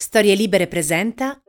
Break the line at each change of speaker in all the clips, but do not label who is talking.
Storie Libere presenta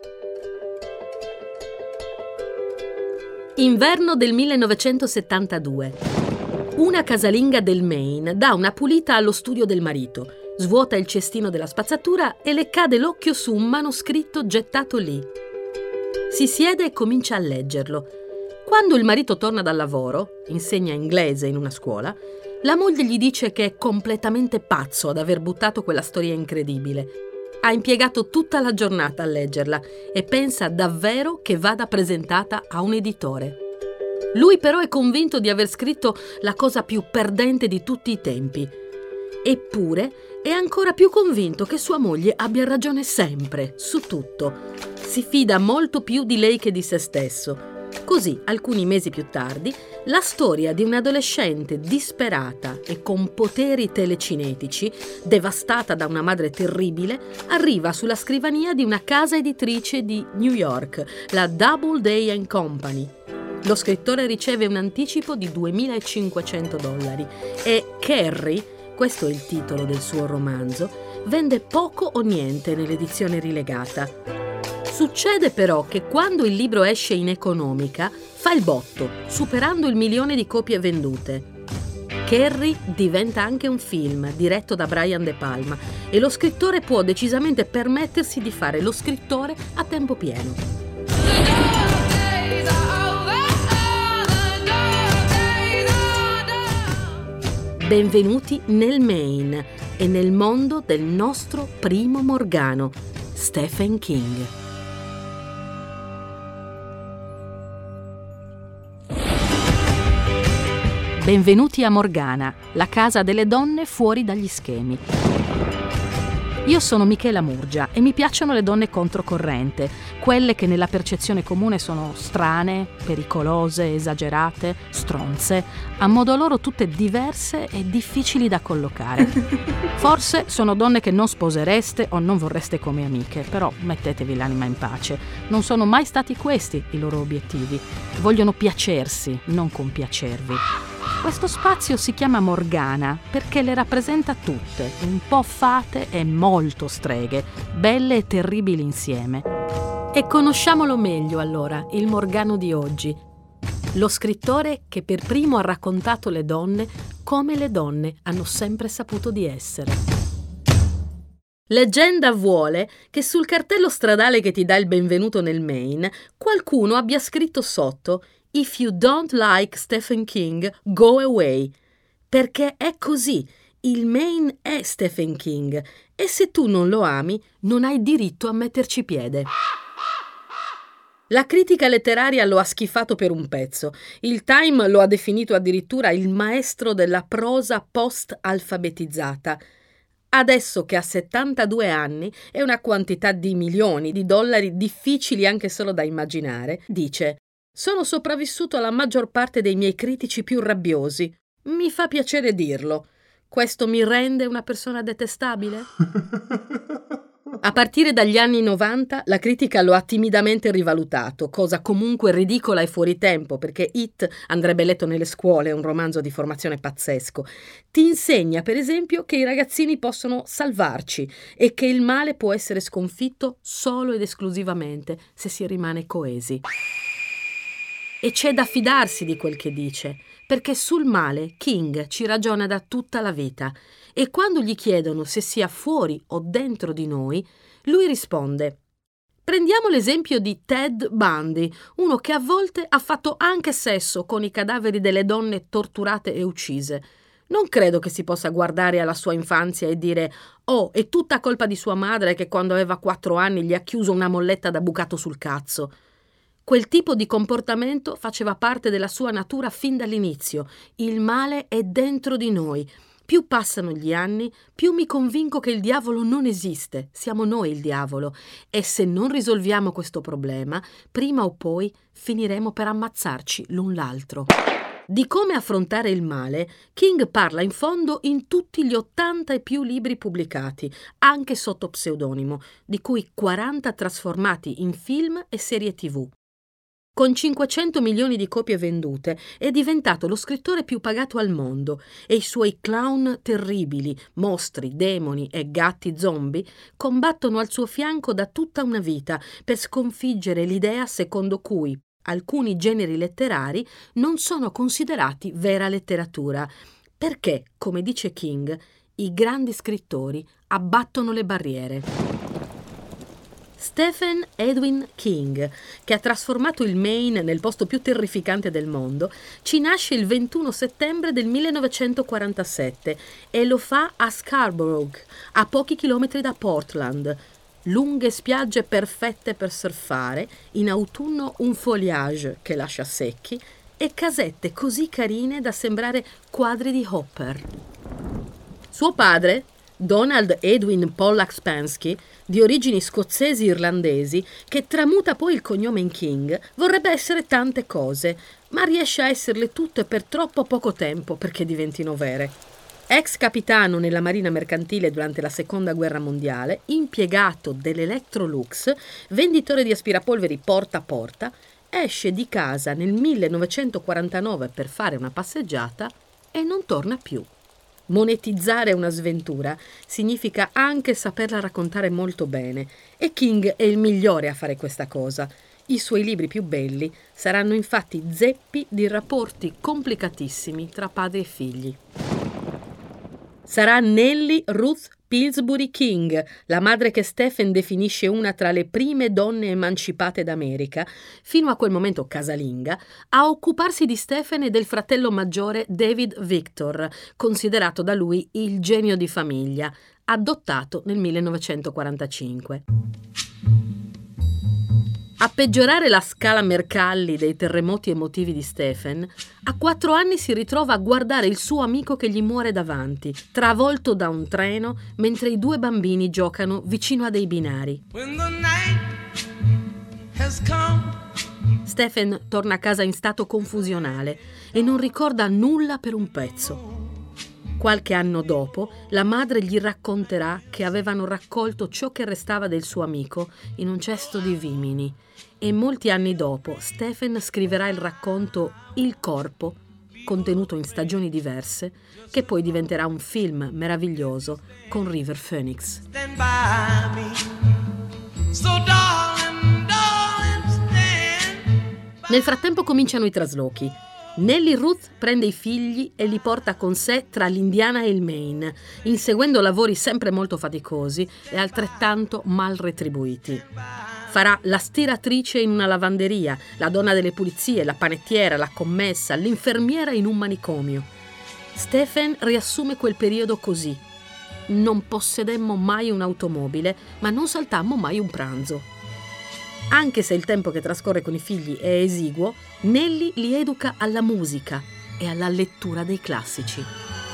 Inverno del 1972. Una casalinga del Maine dà una pulita allo studio del marito, svuota il cestino della spazzatura e le cade l'occhio su un manoscritto gettato lì. Si siede e comincia a leggerlo. Quando il marito torna dal lavoro, insegna inglese in una scuola, la moglie gli dice che è completamente pazzo ad aver buttato quella storia incredibile. Ha impiegato tutta la giornata a leggerla e pensa davvero che vada presentata a un editore. Lui però è convinto di aver scritto la cosa più perdente di tutti i tempi. Eppure è ancora più convinto che sua moglie abbia ragione sempre, su tutto. Si fida molto più di lei che di se stesso. Così, alcuni mesi più tardi, la storia di un'adolescente disperata e con poteri telecinetici, devastata da una madre terribile, arriva sulla scrivania di una casa editrice di New York, la Doubleday & Company. Lo scrittore riceve un anticipo di $2.500 e Carrie, questo è il titolo del suo romanzo, vende poco o niente nell'edizione rilegata. Succede però che quando il libro esce in economica fa il botto, superando il 1.000.000 di copie vendute. Carrie diventa anche un film diretto da Brian De Palma e lo scrittore può decisamente permettersi di fare lo scrittore a tempo pieno. Benvenuti nel Maine e nel mondo del nostro primo Morgano, Stephen King. Benvenuti a Morgana, la casa delle donne fuori dagli schemi. Io sono Michela Murgia e mi piacciono le donne controcorrente, quelle che nella percezione comune sono strane, pericolose, esagerate, stronze, a modo loro tutte diverse e difficili da collocare. Forse sono donne che non sposereste o non vorreste come amiche, però mettetevi l'anima in pace. Non sono mai stati questi i loro obiettivi. Vogliono piacersi, non compiacervi. Questo spazio si chiama Morgana perché le rappresenta tutte, un po' fate e molto streghe, belle e terribili insieme. E conosciamolo meglio allora, il Morgano di oggi. Lo scrittore che per primo ha raccontato le donne come le donne hanno sempre saputo di essere. Leggenda vuole che sul cartello stradale che ti dà il benvenuto nel Maine qualcuno abbia scritto sotto "If you don't like Stephen King, go away", perché è così, il Maine è Stephen King e se tu non lo ami non hai diritto a metterci piede. La critica letteraria lo ha schifato per un pezzo, il Time lo ha definito addirittura il maestro della prosa post-alfabetizzata. Adesso che ha 72 anni e una quantità di milioni di dollari difficili anche solo da immaginare, dice: "Sono sopravvissuto alla maggior parte dei miei critici più rabbiosi. Mi fa piacere dirlo. Questo mi rende una persona detestabile?" A partire dagli anni 90 la critica lo ha timidamente rivalutato, cosa comunque ridicola e fuori tempo, perché It andrebbe letto nelle scuole, è un romanzo di formazione pazzesco. Ti insegna, per esempio, che i ragazzini possono salvarci e che il male può essere sconfitto solo ed esclusivamente se si rimane coesi. E c'è da fidarsi di quel che dice, perché sul male King ci ragiona da tutta la vita e quando gli chiedono se sia fuori o dentro di noi, lui risponde: "Prendiamo l'esempio di Ted Bundy, uno che a volte ha fatto anche sesso con i cadaveri delle donne torturate e uccise. Non credo che si possa guardare alla sua infanzia e dire: "Oh, è tutta colpa di sua madre che quando aveva 4 anni gli ha chiuso una molletta da bucato sul cazzo". Quel tipo di comportamento faceva parte della sua natura fin dall'inizio. Il male è dentro di noi. Più passano gli anni, più mi convinco che il diavolo non esiste. Siamo noi il diavolo. E se non risolviamo questo problema, prima o poi finiremo per ammazzarci l'un l'altro. Di come affrontare il male, King parla in fondo in tutti gli 80 e più libri pubblicati, anche sotto pseudonimo, di cui 40 trasformati in film e serie TV. Con 500 milioni di copie vendute è diventato lo scrittore più pagato al mondo e i suoi clown terribili, mostri, demoni e gatti zombie combattono al suo fianco da tutta una vita per sconfiggere l'idea secondo cui alcuni generi letterari non sono considerati vera letteratura, perché, come dice King, i grandi scrittori abbattono le barriere. Stephen Edwin King, che ha trasformato il Maine nel posto più terrificante del mondo, ci nasce il 21 settembre del 1947 e lo fa a Scarborough, a pochi chilometri da Portland. Lunghe spiagge perfette per surfare, in autunno un foliage che lascia secchi e casette così carine da sembrare quadri di Hopper. Suo padre, Donald Edwin Pollack Spansky, di origini scozzesi-irlandesi, che tramuta poi il cognome in King, vorrebbe essere tante cose, ma riesce a esserle tutte per troppo poco tempo perché diventino vere. Ex capitano nella marina mercantile durante la Seconda Guerra Mondiale, impiegato dell'Electrolux, venditore di aspirapolveri porta a porta, esce di casa nel 1949 per fare una passeggiata e non torna più. Monetizzare una sventura significa anche saperla raccontare molto bene e King è il migliore a fare questa cosa. I suoi libri più belli saranno infatti zeppi di rapporti complicatissimi tra padri e figli. Sarà Nellie Ruth Pillsbury King, la madre che Stephen definisce una tra le prime donne emancipate d'America, fino a quel momento casalinga, a occuparsi di Stephen e del fratello maggiore David Victor, considerato da lui il genio di famiglia, adottato nel 1945. A peggiorare la scala Mercalli dei terremoti emotivi di Stephen, a 4 anni si ritrova a guardare il suo amico che gli muore davanti, travolto da un treno, mentre i 2 bambini giocano vicino a dei binari. Stephen torna a casa in stato confusionale e non ricorda nulla per un pezzo. Qualche anno dopo, la madre gli racconterà che avevano raccolto ciò che restava del suo amico in un cesto di vimini e molti anni dopo Stephen scriverà il racconto Il corpo, contenuto in stagioni diverse, che poi diventerà un film meraviglioso con River Phoenix. Nel frattempo cominciano i traslochi. Nellie Ruth prende i figli e li porta con sé tra l'Indiana e il Maine, inseguendo lavori sempre molto faticosi e altrettanto mal retribuiti. Farà la stiratrice in una lavanderia, la donna delle pulizie, la panettiera, la commessa, l'infermiera in un manicomio. Stephen riassume quel periodo così: non possedemmo mai un'automobile, ma non saltammo mai un pranzo. Anche se il tempo che trascorre con i figli è esiguo, Nellie li educa alla musica e alla lettura dei classici.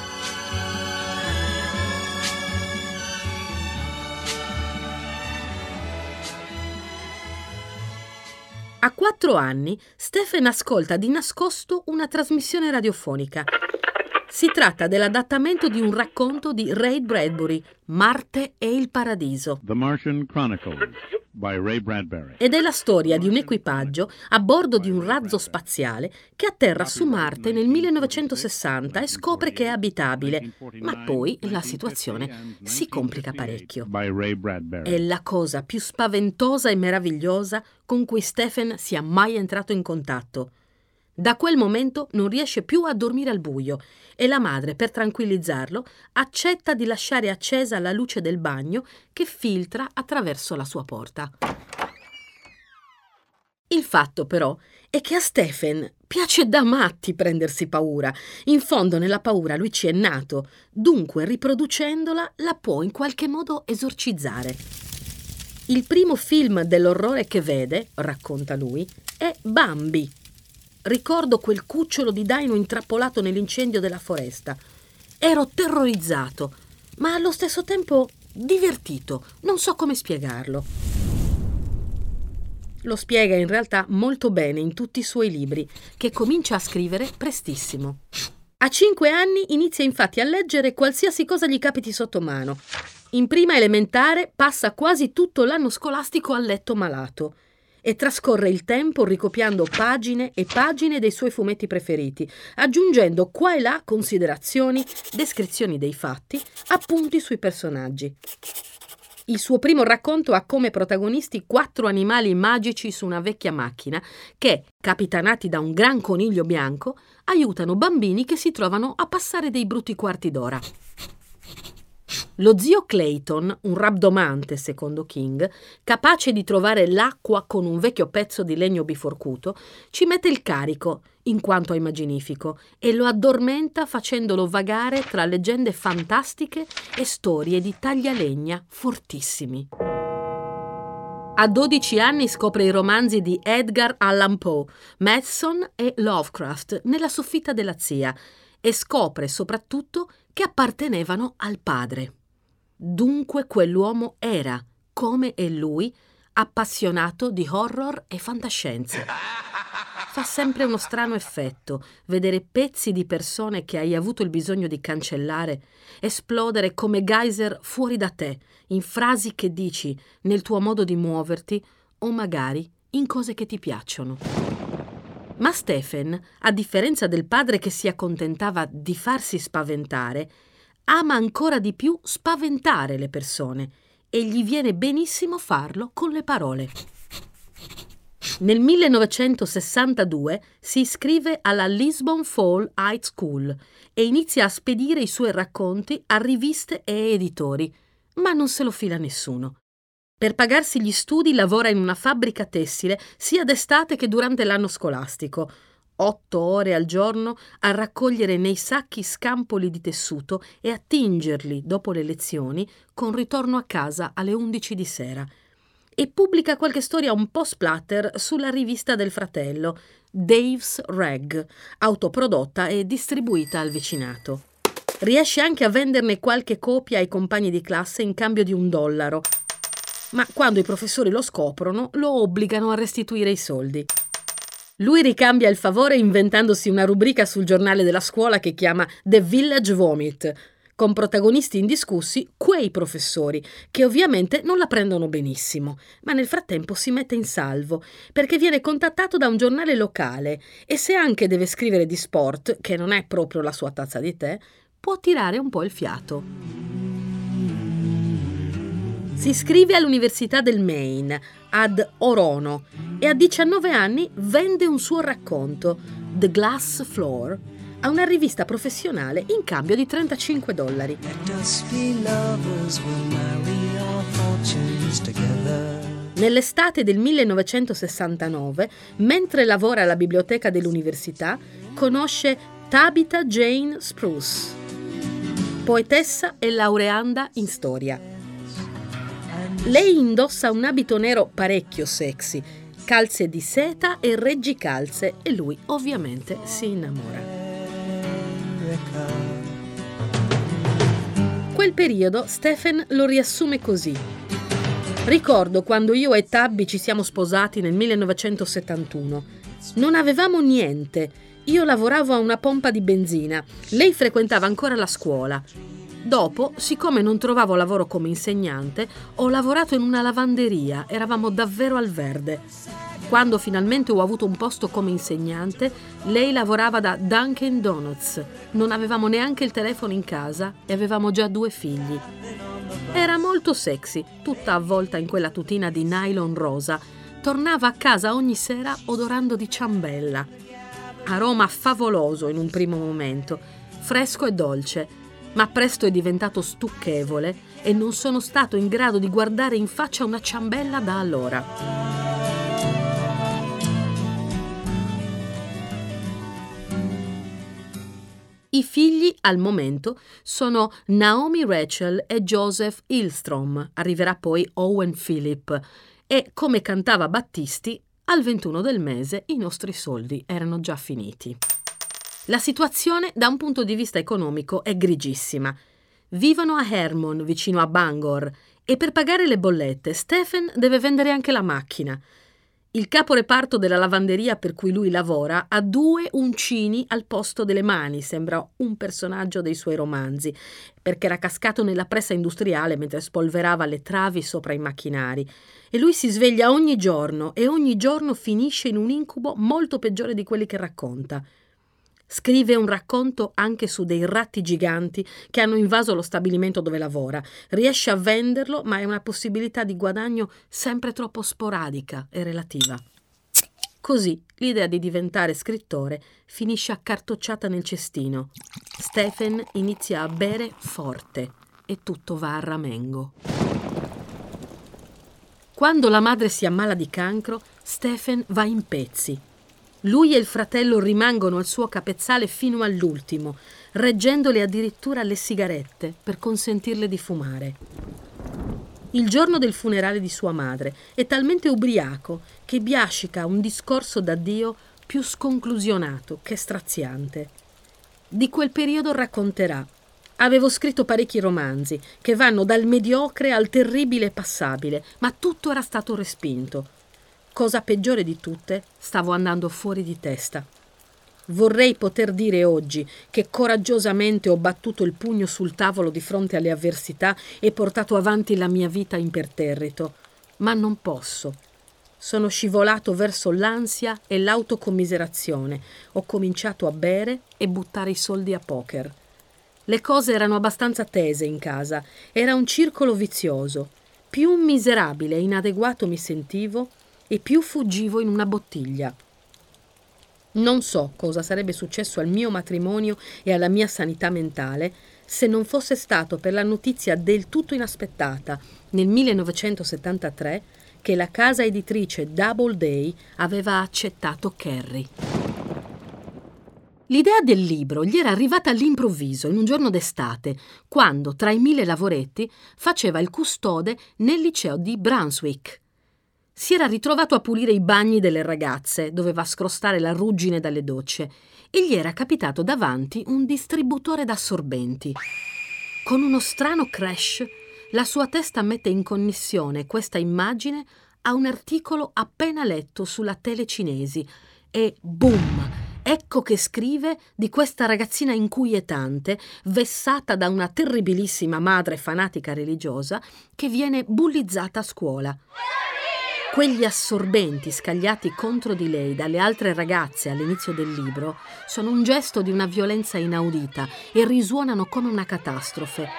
A 4 anni, Stephen ascolta di nascosto una trasmissione radiofonica. Si tratta dell'adattamento di un racconto di Ray Bradbury, Marte e il Paradiso.
The Martian Chronicles by Ray Bradbury.
Ed è la storia di un equipaggio a bordo di un razzo spaziale che atterra su Marte nel 1960 e scopre che è abitabile, ma poi la situazione si complica parecchio. È la cosa più spaventosa e meravigliosa con cui Stephen sia mai entrato in contatto. Da quel momento non riesce più a dormire al buio e la madre, per tranquillizzarlo, accetta di lasciare accesa la luce del bagno che filtra attraverso la sua porta. Il fatto, però, è che a Stephen piace da matti prendersi paura. In fondo nella paura lui ci è nato, dunque riproducendola la può in qualche modo esorcizzare. Il primo film dell'orrore che vede, racconta lui, è Bambi. Ricordo quel cucciolo di daino intrappolato nell'incendio della foresta. Ero terrorizzato, ma allo stesso tempo divertito. Non so come spiegarlo. Lo spiega in realtà molto bene in tutti i suoi libri, che comincia a scrivere prestissimo. A 5 anni inizia infatti a leggere qualsiasi cosa gli capiti sotto mano. In prima elementare passa quasi tutto l'anno scolastico a letto malato. e trascorre il tempo ricopiando pagine e pagine dei suoi fumetti preferiti, aggiungendo qua e là considerazioni, descrizioni dei fatti, appunti sui personaggi. Il suo primo racconto ha come protagonisti 4 animali magici su una vecchia macchina che, capitanati da un gran coniglio bianco, aiutano bambini che si trovano a passare dei brutti quarti d'ora. Lo zio Clayton, un rabdomante, secondo King, capace di trovare l'acqua con un vecchio pezzo di legno biforcuto, ci mette il carico, in quanto è immaginifico, e lo addormenta facendolo vagare tra leggende fantastiche e storie di taglialegna fortissimi. A 12 anni scopre i romanzi di Edgar Allan Poe, Madison e Lovecraft nella soffitta della zia e scopre soprattutto che appartenevano al padre. Dunque quell'uomo era, come è lui, appassionato di horror e fantascienza. Fa sempre uno strano effetto vedere pezzi di persone che hai avuto il bisogno di cancellare esplodere come geyser fuori da te, in frasi che dici nel tuo modo di muoverti o magari in cose che ti piacciono. Ma Stephen, a differenza del padre che si accontentava di farsi spaventare, ama ancora di più spaventare le persone e gli viene benissimo farlo con le parole. Nel 1962 si iscrive alla Lisbon Fall High School e inizia a spedire i suoi racconti a riviste e editori, ma non se lo fila nessuno. Per pagarsi gli studi lavora in una fabbrica tessile sia d'estate che durante l'anno scolastico. 8 ore al giorno a raccogliere nei sacchi scampoli di tessuto e a tingerli dopo le lezioni con ritorno a casa alle 11 di sera. E pubblica qualche storia un po' splatter sulla rivista del fratello, Dave's Rag, autoprodotta e distribuita al vicinato. Riesce anche a venderne qualche copia ai compagni di classe in cambio di $1, ma quando i professori lo scoprono lo obbligano a restituire i soldi. Lui ricambia il favore inventandosi una rubrica sul giornale della scuola che chiama The Village Vomit, con protagonisti indiscussi quei professori, che ovviamente non la prendono benissimo, ma nel frattempo si mette in salvo, perché viene contattato da un giornale locale e se anche deve scrivere di sport, che non è proprio la sua tazza di tè, può tirare un po' il fiato. Si iscrive all'Università del Maine, ad Orono, e a 19 anni vende un suo racconto, The Glass Floor, a una rivista professionale in cambio di $35. Nell'estate del 1969, mentre lavora alla biblioteca dell'università, conosce Tabitha Jane Spruce, poetessa e laureanda in storia. Lei indossa un abito nero parecchio sexy, calze di seta e reggicalze e lui ovviamente si innamora. Quel periodo Stephen lo riassume così: ricordo quando io e Tabby ci siamo sposati nel 1971. Non avevamo niente. Io lavoravo a una pompa di benzina. Lei frequentava ancora la scuola. Dopo, siccome non trovavo lavoro come insegnante, ho lavorato in una lavanderia. Eravamo davvero al verde. Quando finalmente ho avuto un posto come insegnante, lei lavorava da Dunkin' Donuts. Non avevamo neanche il telefono in casa e avevamo già 2 figli. Era molto sexy, tutta avvolta in quella tutina di nylon rosa. Tornava a casa ogni sera odorando di ciambella. Aroma favoloso in un primo momento, fresco e dolce, ma presto è diventato stucchevole e non sono stato in grado di guardare in faccia una ciambella da allora. I figli, al momento, sono Naomi Rachel e Joseph Hillstrom, arriverà poi Owen Philip, e, come cantava Battisti, al 21 del mese i nostri soldi erano già finiti. La situazione, da un punto di vista economico, è grigissima. Vivono a Hermon, vicino a Bangor, e per pagare le bollette Stephen deve vendere anche la macchina. Il caporeparto della lavanderia per cui lui lavora ha 2 uncini al posto delle mani, sembra un personaggio dei suoi romanzi, perché era cascato nella pressa industriale mentre spolverava le travi sopra i macchinari. E lui si sveglia ogni giorno e ogni giorno finisce in un incubo molto peggiore di quelli che racconta. Scrive un racconto anche su dei ratti giganti che hanno invaso lo stabilimento dove lavora. Riesce a venderlo, ma è una possibilità di guadagno sempre troppo sporadica e relativa. Così l'idea di diventare scrittore finisce accartocciata nel cestino. Stephen inizia a bere forte e tutto va a ramengo. Quando la madre si ammala di cancro, Stephen va in pezzi. Lui e il fratello rimangono al suo capezzale fino all'ultimo, reggendole addirittura le sigarette per consentirle di fumare. Il giorno del funerale di sua madre è talmente ubriaco che biascica un discorso d'addio più sconclusionato che straziante. Di quel periodo racconterà: avevo scritto parecchi romanzi che vanno dal mediocre al terribile passabile, ma tutto era stato respinto. Cosa peggiore di tutte, stavo andando fuori di testa. Vorrei poter dire oggi che coraggiosamente ho battuto il pugno sul tavolo di fronte alle avversità e portato avanti la mia vita imperterrito, ma non posso. Sono scivolato verso l'ansia e l'autocommiserazione. Ho cominciato a bere e buttare i soldi a poker. Le cose erano abbastanza tese in casa. Era un circolo vizioso. Più miserabile e inadeguato mi sentivo, e più fuggivo in una bottiglia. Non so cosa sarebbe successo al mio matrimonio e alla mia sanità mentale se non fosse stato per la notizia del tutto inaspettata, nel 1973, che la casa editrice Doubleday aveva accettato Carrie. L'idea del libro gli era arrivata all'improvviso, in un giorno d'estate, quando, tra i 1000 lavoretti, faceva il custode nel liceo di Brunswick. Si era ritrovato a pulire i bagni delle ragazze, doveva scrostare la ruggine dalle docce, e gli era capitato davanti un distributore d'assorbenti. Con uno strano crash, la sua testa mette in connessione questa immagine a un articolo appena letto sulla tele cinesi e boom! Ecco che scrive di questa ragazzina inquietante, vessata da una terribilissima madre fanatica religiosa, che viene bullizzata a scuola. Quegli assorbenti scagliati contro di lei dalle altre ragazze all'inizio del libro sono un gesto di una violenza inaudita e risuonano come una catastrofe.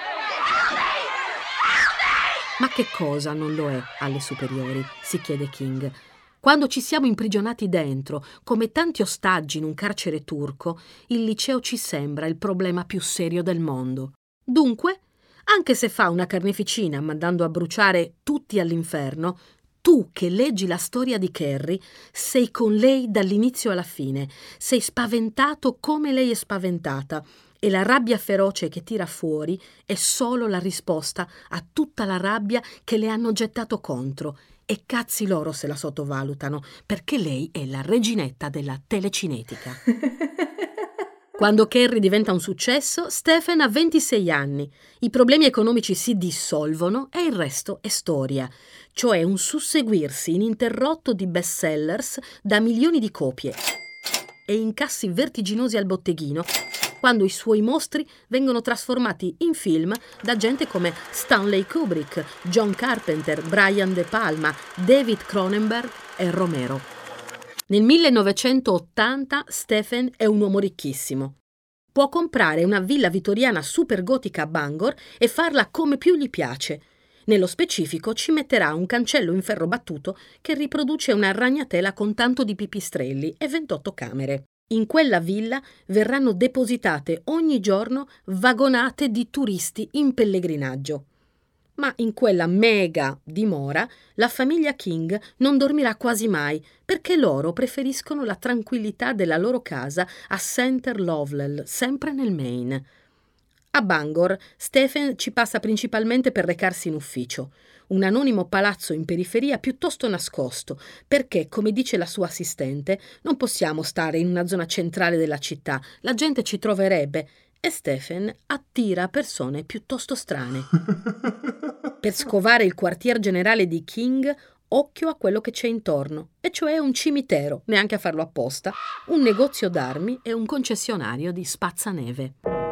Ma che cosa non lo è alle superiori? Si chiede King. Quando ci siamo imprigionati dentro, come tanti ostaggi in un carcere turco, il liceo ci sembra il problema più serio del mondo. Dunque, anche se fa una carneficina mandando a bruciare tutti all'inferno, tu che leggi la storia di Carrie sei con lei dall'inizio alla fine, sei spaventato come lei è spaventata e la rabbia feroce che tira fuori è solo la risposta a tutta la rabbia che le hanno gettato contro. E cazzi loro se la sottovalutano, perché lei è la reginetta della telecinetica. Quando Carrie diventa un successo, Stephen ha 26 anni. I problemi economici si dissolvono e il resto è storia, cioè un susseguirsi ininterrotto di bestsellers da milioni di copie e incassi vertiginosi al botteghino, quando i suoi mostri vengono trasformati in film da gente come Stanley Kubrick, John Carpenter, Brian De Palma, David Cronenberg e Romero. Nel 1980 Stephen è un uomo ricchissimo. Può comprare una villa vittoriana super gotica a Bangor e farla come più gli piace. Nello specifico ci metterà un cancello in ferro battuto che riproduce una ragnatela con tanto di pipistrelli e 28 camere. In quella villa verranno depositate ogni giorno vagonate di turisti in pellegrinaggio. Ma in quella mega dimora la famiglia King non dormirà quasi mai, perché loro preferiscono la tranquillità della loro casa a Center Lovell, sempre nel Maine. A Bangor, Stephen ci passa principalmente per recarsi in ufficio, un anonimo palazzo in periferia piuttosto nascosto, perché, come dice la sua assistente, non possiamo stare in una zona centrale della città, la gente ci troverebbe, e Stephen attira persone piuttosto strane. Per scovare il quartier generale di King occhio a quello che c'è intorno, e cioè un cimitero, neanche a farlo apposta, un negozio d'armi e un concessionario di spazzaneve.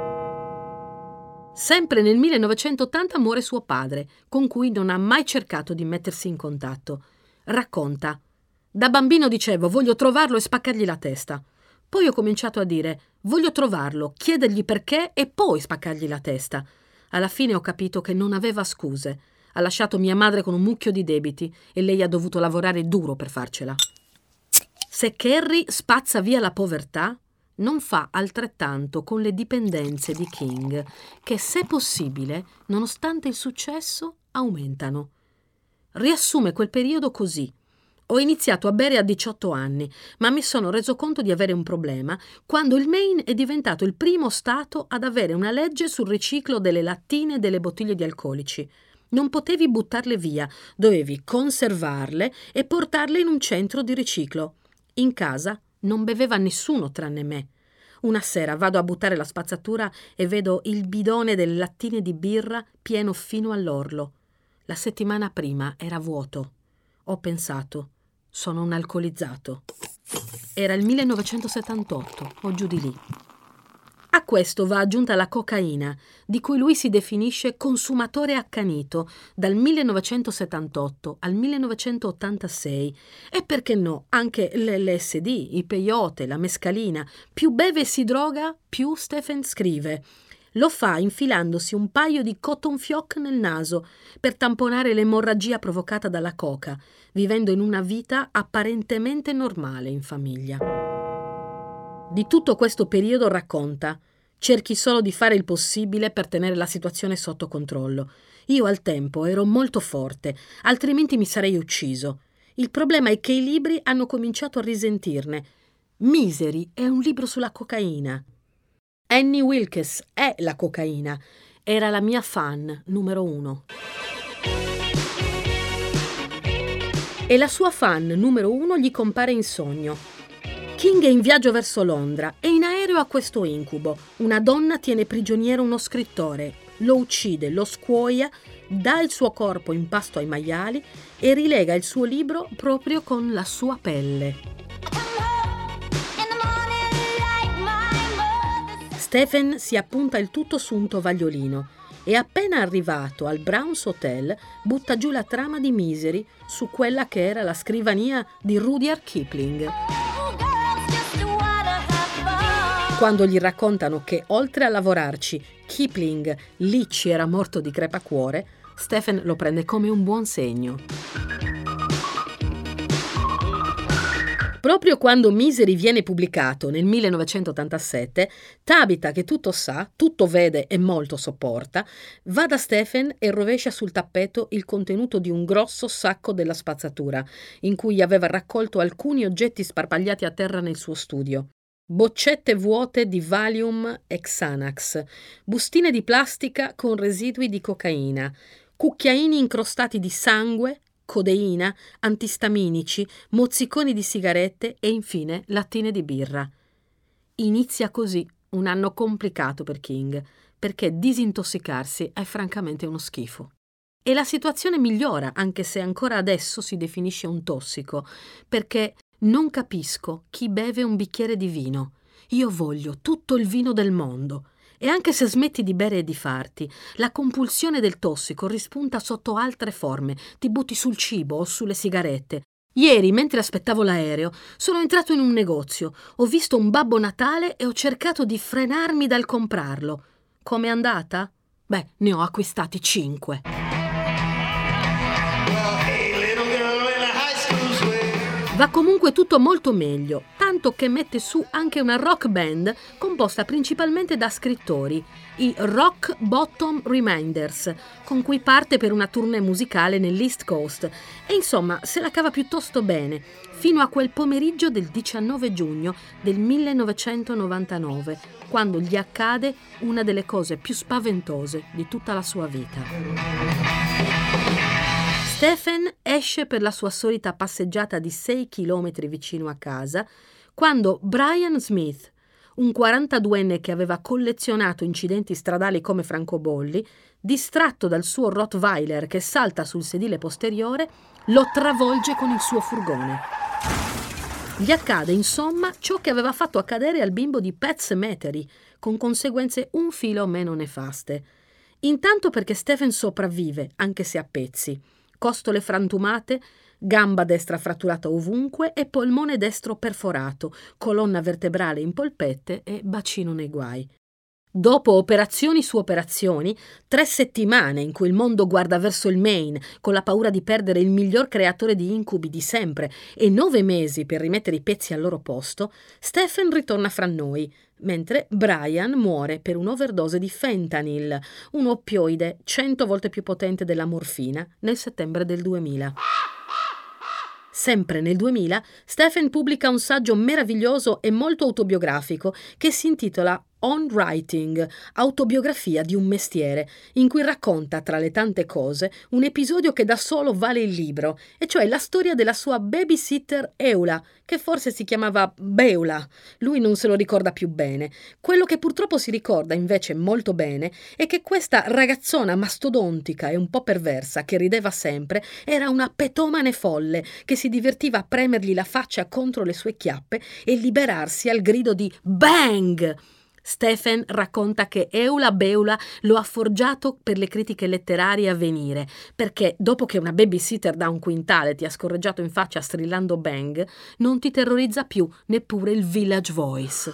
Sempre nel 1980 muore suo padre, con cui non ha mai cercato di mettersi in contatto. Racconta: da bambino dicevo voglio trovarlo e spaccargli la testa. Poi ho cominciato a dire voglio trovarlo, chiedergli perché e poi spaccargli la testa. Alla fine ho capito che non aveva scuse. Ha lasciato mia madre con un mucchio di debiti e lei ha dovuto lavorare duro per farcela. Se Kerry spazza via la povertà, non fa altrettanto con le dipendenze di King, che se possibile, nonostante il successo, aumentano. Riassume quel periodo così: ho iniziato a bere a 18 anni, ma mi sono reso conto di avere un problema quando il Maine è diventato il primo stato ad avere una legge sul riciclo delle lattine e delle bottiglie di alcolici. Non potevi buttarle via, dovevi conservarle e portarle in un centro di riciclo. In casa non beveva nessuno tranne me. Una sera vado a buttare la spazzatura e vedo il bidone delle lattine di birra pieno fino all'orlo. La settimana prima era vuoto. Ho pensato, sono un alcolizzato. Era il 1978 o giù di lì. A questo va aggiunta la cocaina, di cui lui si definisce consumatore accanito dal 1978 al 1986 e perché no anche l'LSD, il peyote, la mescalina. Più beve e si droga, più Stephen scrive. Lo fa infilandosi un paio di cotton fioc nel naso per tamponare l'emorragia provocata dalla coca, vivendo in una vita apparentemente normale in famiglia. Di tutto questo periodo racconta: cerchi solo di fare il possibile per tenere la situazione sotto controllo. Io al tempo ero molto forte, altrimenti mi sarei ucciso. Il problema è che i libri hanno cominciato a risentirne. Misery è un libro sulla cocaina. Annie Wilkes è la cocaina. Era la mia fan numero 1. E la sua fan numero 1 gli compare in sogno. King è in viaggio verso Londra e in aereo ha questo incubo. Una donna tiene prigioniero uno scrittore, lo uccide, lo scuoia, dà il suo corpo in pasto ai maiali e rilega il suo libro proprio con la sua pelle. Stephen si appunta il tutto su un tovagliolino e appena arrivato al Brown's Hotel butta giù la trama di Misery su quella che era la scrivania di Rudyard Kipling. Quando gli raccontano che oltre a lavorarci Kipling lì ci era morto di crepacuore, Stephen lo prende come un buon segno. Proprio quando Misery viene pubblicato nel 1987, Tabitha, che tutto sa, tutto vede e molto sopporta, va da Stephen e rovescia sul tappeto il contenuto di un grosso sacco della spazzatura, in cui aveva raccolto alcuni oggetti sparpagliati a terra nel suo studio. Boccette vuote di Valium e Xanax, bustine di plastica con residui di cocaina, cucchiaini incrostati di sangue, codeina, antistaminici, mozziconi di sigarette e infine lattine di birra. Inizia così un anno complicato per King, perché disintossicarsi è francamente uno schifo. E la situazione migliora, anche se ancora adesso si definisce un tossico, perché non capisco chi beve un bicchiere di vino. Io voglio tutto il vino del mondo. E anche se smetti di bere e di farti, la compulsione del tossico rispunta sotto altre forme. Ti butti sul cibo o sulle sigarette. Ieri, mentre aspettavo l'aereo, sono entrato in un negozio, ho visto un Babbo Natale e ho cercato di frenarmi dal comprarlo. Com'è andata? Beh, ne ho acquistati 5. Va comunque tutto molto meglio, tanto che mette su anche una rock band composta principalmente da scrittori, i Rock Bottom Reminders, con cui parte per una tournée musicale nell'East Coast e insomma se la cava piuttosto bene, fino a quel pomeriggio del 19 giugno del 1999, quando gli accade una delle cose più spaventose di tutta la sua vita. Stephen esce per la sua solita passeggiata di 6 chilometri vicino a casa quando Brian Smith, un 42enne che aveva collezionato incidenti stradali come francobolli, distratto dal suo Rottweiler che salta sul sedile posteriore, lo travolge con il suo furgone. Gli accade, insomma, ciò che aveva fatto accadere al bimbo di Pet Sematary, con conseguenze un filo meno nefaste. Intanto perché Stephen sopravvive, anche se a pezzi. Costole frantumate, gamba destra fratturata ovunque e polmone destro perforato, colonna vertebrale in polpette e bacino nei guai. Dopo operazioni su operazioni, 3 settimane in cui il mondo guarda verso il Maine con la paura di perdere il miglior creatore di incubi di sempre e 9 mesi per rimettere i pezzi al loro posto, Stephen ritorna fra noi, mentre Brian muore per un'overdose di fentanyl, un oppioide 100 volte più potente della morfina, nel settembre del 2000. Sempre nel 2000, Stephen pubblica un saggio meraviglioso e molto autobiografico che si intitola On Writing, autobiografia di un mestiere, in cui racconta, tra le tante cose, un episodio che da solo vale il libro, e cioè la storia della sua babysitter Eula, che forse si chiamava Beula. Lui non se lo ricorda più bene. Quello che purtroppo si ricorda invece molto bene è che questa ragazzona mastodontica e un po' perversa, che rideva sempre, era una petomane folle che si divertiva a premergli la faccia contro le sue chiappe e liberarsi al grido di "Bang!". Stephen racconta che Eula Beula lo ha forgiato per le critiche letterarie a venire, perché dopo che una babysitter da un quintale ti ha scorreggiato in faccia strillando "Bang", non ti terrorizza più neppure il Village Voice.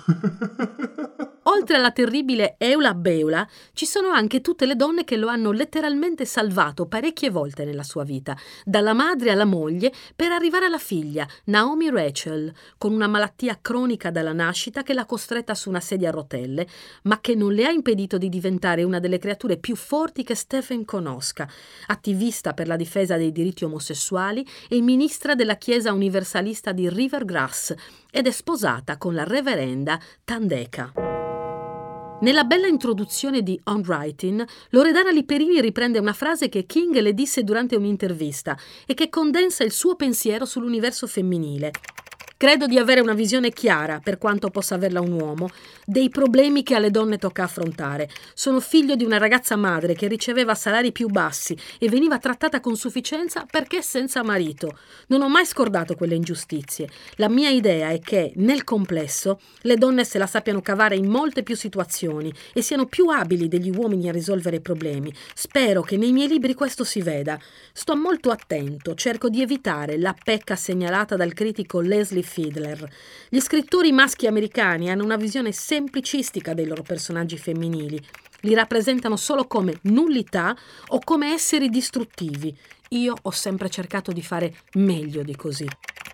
Oltre alla terribile Eula Beula, ci sono anche tutte le donne che lo hanno letteralmente salvato parecchie volte nella sua vita, dalla madre alla moglie, per arrivare alla figlia, Naomi Rachel, con una malattia cronica dalla nascita che l'ha costretta su una sedia a rotelle, ma che non le ha impedito di diventare una delle creature più forti che Stephen conosca, attivista per la difesa dei diritti omosessuali e ministra della Chiesa universalista di Rivergrass, ed è sposata con la reverenda Thandeka. Nella bella introduzione di On Writing, Loredana Liperini riprende una frase che King le disse durante un'intervista e che condensa il suo pensiero sull'universo femminile. Credo di avere una visione chiara, per quanto possa averla un uomo, dei problemi che alle donne tocca affrontare. Sono figlio di una ragazza madre che riceveva salari più bassi e veniva trattata con sufficienza perché senza marito. Non ho mai scordato quelle ingiustizie. La mia idea è che, nel complesso, le donne se la sappiano cavare in molte più situazioni e siano più abili degli uomini a risolvere i problemi. Spero che nei miei libri questo si veda. Sto molto attento, cerco di evitare la pecca segnalata dal critico Leslie Fiedler. Gli scrittori maschi americani hanno una visione semplicistica dei loro personaggi femminili. Li rappresentano solo come nullità o come esseri distruttivi. Io ho sempre cercato di fare meglio di così.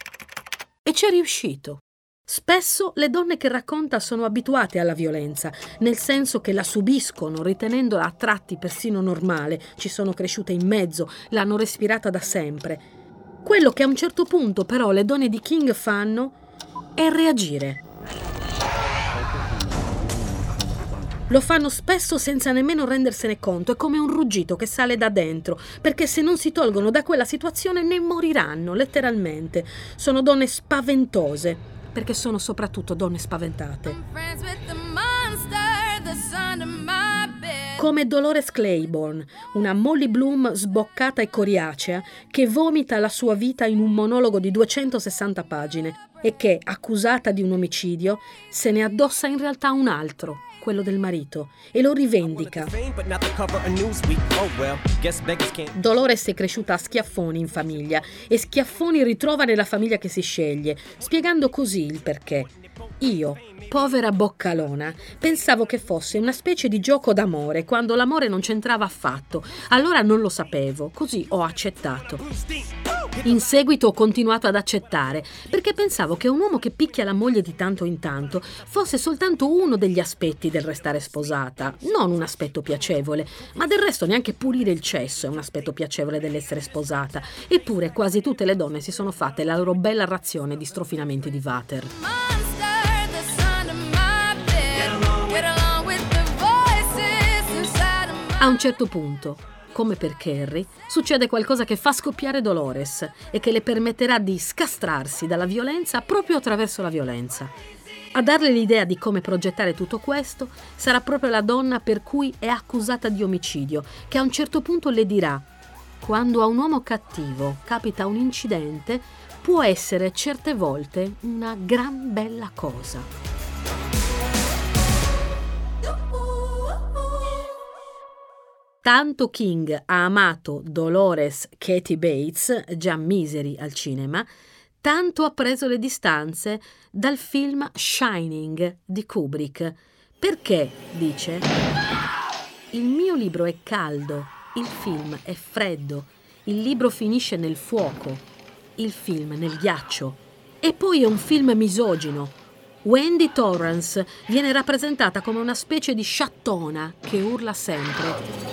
E ci è riuscito. Spesso le donne che racconta sono abituate alla violenza, nel senso che la subiscono, ritenendola a tratti persino normale, ci sono cresciute in mezzo, l'hanno respirata da sempre. Quello che a un certo punto però le donne di King fanno è reagire. Lo fanno spesso senza nemmeno rendersene conto, è come un ruggito che sale da dentro, perché se non si tolgono da quella situazione ne moriranno, letteralmente. Sono donne spaventose, perché sono soprattutto donne spaventate. Come Dolores Claiborne, una Molly Bloom sboccata e coriacea che vomita la sua vita in un monologo di 260 pagine e che, accusata di un omicidio, se ne addossa in realtà un altro, quello del marito, e lo rivendica. Dolores è cresciuta a schiaffoni in famiglia e schiaffoni ritrova nella famiglia che si sceglie, spiegando così il perché. Io, povera boccalona, pensavo che fosse una specie di gioco d'amore, quando l'amore non c'entrava affatto. Allora non lo sapevo, così ho accettato. In seguito ho continuato ad accettare, perché pensavo che un uomo che picchia la moglie di tanto in tanto fosse soltanto uno degli aspetti del restare sposata, non un aspetto piacevole, ma del resto neanche pulire il cesso è un aspetto piacevole dell'essere sposata. Eppure quasi tutte le donne si sono fatte la loro bella razione di strofinamenti di water. A un certo punto, come per Carrie, succede qualcosa che fa scoppiare Dolores e che le permetterà di scastrarsi dalla violenza proprio attraverso la violenza. A darle l'idea di come progettare tutto questo sarà proprio la donna per cui è accusata di omicidio, che a un certo punto le dirà: Quando a un uomo cattivo capita un incidente, può essere certe volte una gran bella cosa. Tanto King ha amato Dolores Katie Bates, già Misery al cinema, tanto ha preso le distanze dal film Shining di Kubrick. Perché, dice, il mio libro è caldo, il film è freddo, il libro finisce nel fuoco, il film nel ghiaccio. E poi è un film misogino. Wendy Torrance viene rappresentata come una specie di sciattona che urla sempre.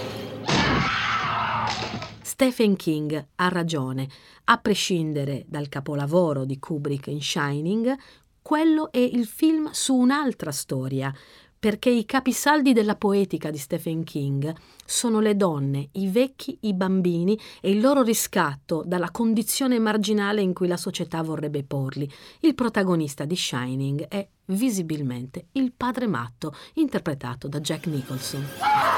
Stephen King ha ragione. A prescindere dal capolavoro di Kubrick in Shining, quello è il film su un'altra storia, perché i capisaldi della poetica di Stephen King sono le donne, i vecchi, i bambini e il loro riscatto dalla condizione marginale in cui la società vorrebbe porli. Il protagonista di Shining è visibilmente il padre matto, interpretato da Jack Nicholson.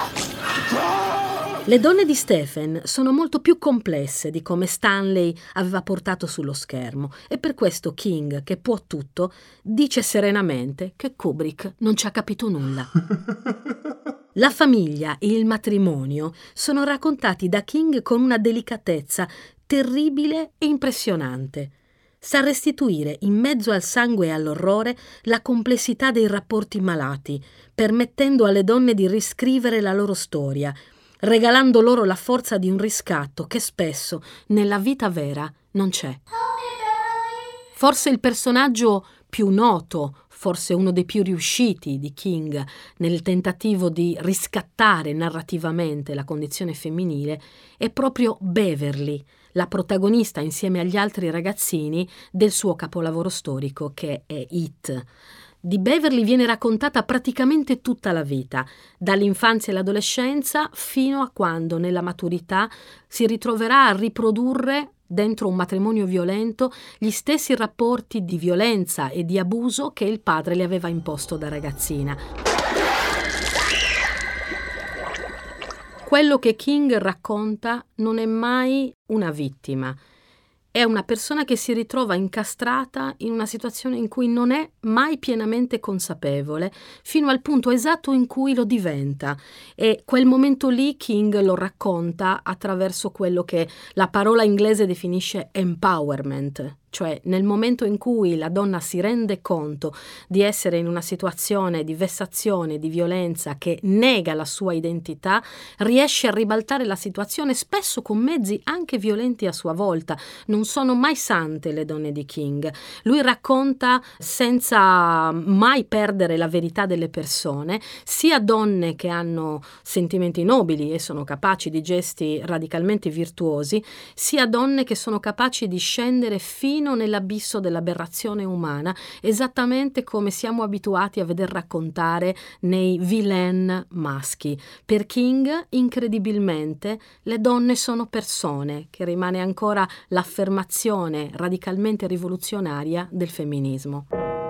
Le donne di Stephen sono molto più complesse di come Stanley aveva portato sullo schermo e per questo King, che può tutto, dice serenamente che Kubrick non ci ha capito nulla. La famiglia e il matrimonio sono raccontati da King con una delicatezza terribile e impressionante. Sa restituire in mezzo al sangue e all'orrore la complessità dei rapporti malati, permettendo alle donne di riscrivere la loro storia, regalando loro la forza di un riscatto che spesso nella vita vera non c'è. Forse il personaggio più noto, forse uno dei più riusciti di King nel tentativo di riscattare narrativamente la condizione femminile è proprio Beverly, la protagonista insieme agli altri ragazzini del suo capolavoro storico che è It. Di Beverly viene raccontata praticamente tutta la vita, dall'infanzia e l'adolescenza fino a quando nella maturità si ritroverà a riprodurre dentro un matrimonio violento gli stessi rapporti di violenza e di abuso che il padre le aveva imposto da ragazzina. Quello che King racconta non è mai una vittima. È una persona che si ritrova incastrata in una situazione in cui non è mai pienamente consapevole, fino al punto esatto in cui lo diventa. E quel momento lì King lo racconta attraverso quello che la parola inglese definisce empowerment, cioè nel momento in cui la donna si rende conto di essere in una situazione di vessazione, di violenza che nega la sua identità, riesce a ribaltare la situazione spesso con mezzi anche violenti a sua volta. Non sono mai sante le donne di King. Lui racconta senza mai perdere la verità delle persone, sia donne che hanno sentimenti nobili e sono capaci di gesti radicalmente virtuosi, sia donne che sono capaci di scendere fino nell'abisso dell'aberrazione umana, esattamente come siamo abituati a veder raccontare nei villain maschi. Per King, incredibilmente, le donne sono persone, che rimane ancora l'affermazione radicalmente rivoluzionaria del femminismo.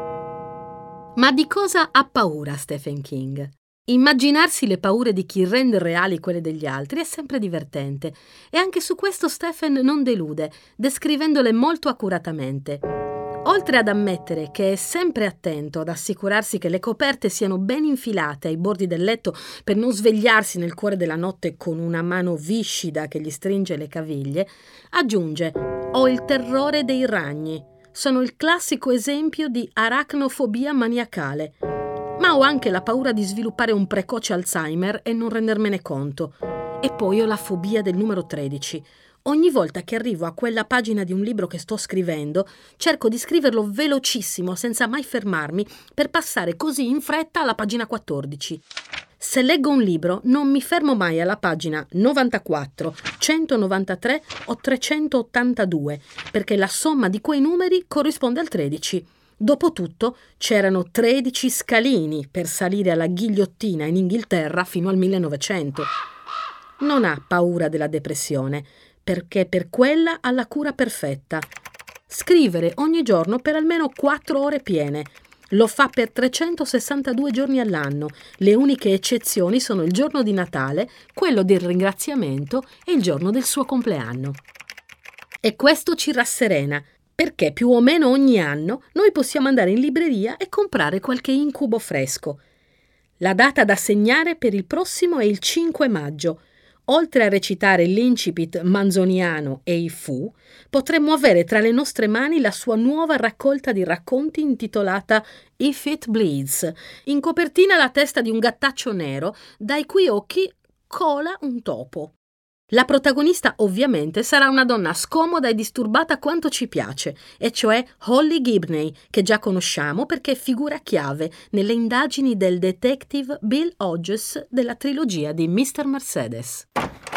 Ma di cosa ha paura Stephen King? Immaginarsi le paure di chi rende reali quelle degli altri è sempre divertente e anche su questo Stephen non delude, descrivendole molto accuratamente. Oltre ad ammettere che è sempre attento ad assicurarsi che le coperte siano ben infilate ai bordi del letto per non svegliarsi nel cuore della notte con una mano viscida che gli stringe le caviglie, aggiunge: «Ho il terrore dei ragni. Sono il classico esempio di aracnofobia maniacale. Ma ho anche la paura di sviluppare un precoce Alzheimer e non rendermene conto. E poi ho la fobia del numero 13. Ogni volta che arrivo a quella pagina di un libro che sto scrivendo, cerco di scriverlo velocissimo, senza mai fermarmi, per passare così in fretta alla pagina 14. Se leggo un libro, non mi fermo mai alla pagina 94, 193 o 382, perché la somma di quei numeri corrisponde al 13. Dopotutto c'erano 13 scalini per salire alla ghigliottina in Inghilterra fino al 1900. Non ha paura della depressione, perché per quella ha la cura perfetta. Scrivere ogni giorno per almeno 4 ore piene. Lo fa per 362 giorni all'anno. Le uniche eccezioni sono il giorno di Natale, quello del ringraziamento e il giorno del suo compleanno. E questo ci rasserena, perché più o meno ogni anno noi possiamo andare in libreria e comprare qualche incubo fresco. La data da segnare per il prossimo è il 5 maggio. Oltre a recitare l'incipit manzoniano e i Fu, potremmo avere tra le nostre mani la sua nuova raccolta di racconti intitolata If It Bleeds. In copertina la testa di un gattaccio nero, dai cui occhi cola un topo. La protagonista ovviamente sarà una donna scomoda e disturbata quanto ci piace, e cioè Holly Gibney, che già conosciamo perché è figura chiave nelle indagini del detective Bill Hodges della trilogia di Mr. Mercedes.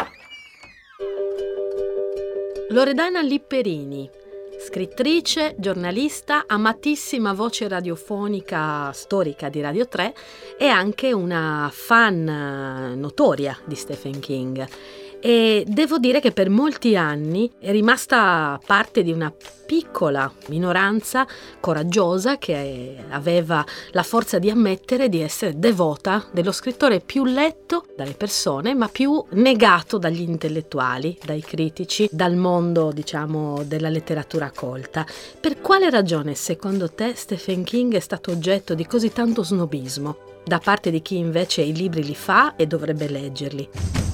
Loredana Lipperini, scrittrice, giornalista, amatissima voce radiofonica storica di Radio 3 e anche una fan notoria di Stephen King. E devo dire che per molti anni è rimasta parte di una piccola minoranza coraggiosa che aveva la forza di ammettere di essere devota dello scrittore più letto dalle persone, ma più negato dagli intellettuali, dai critici, dal mondo, diciamo, della letteratura colta. Per quale ragione, secondo te, Stephen King è stato oggetto di così tanto snobismo da parte di chi invece i libri li fa e dovrebbe leggerli?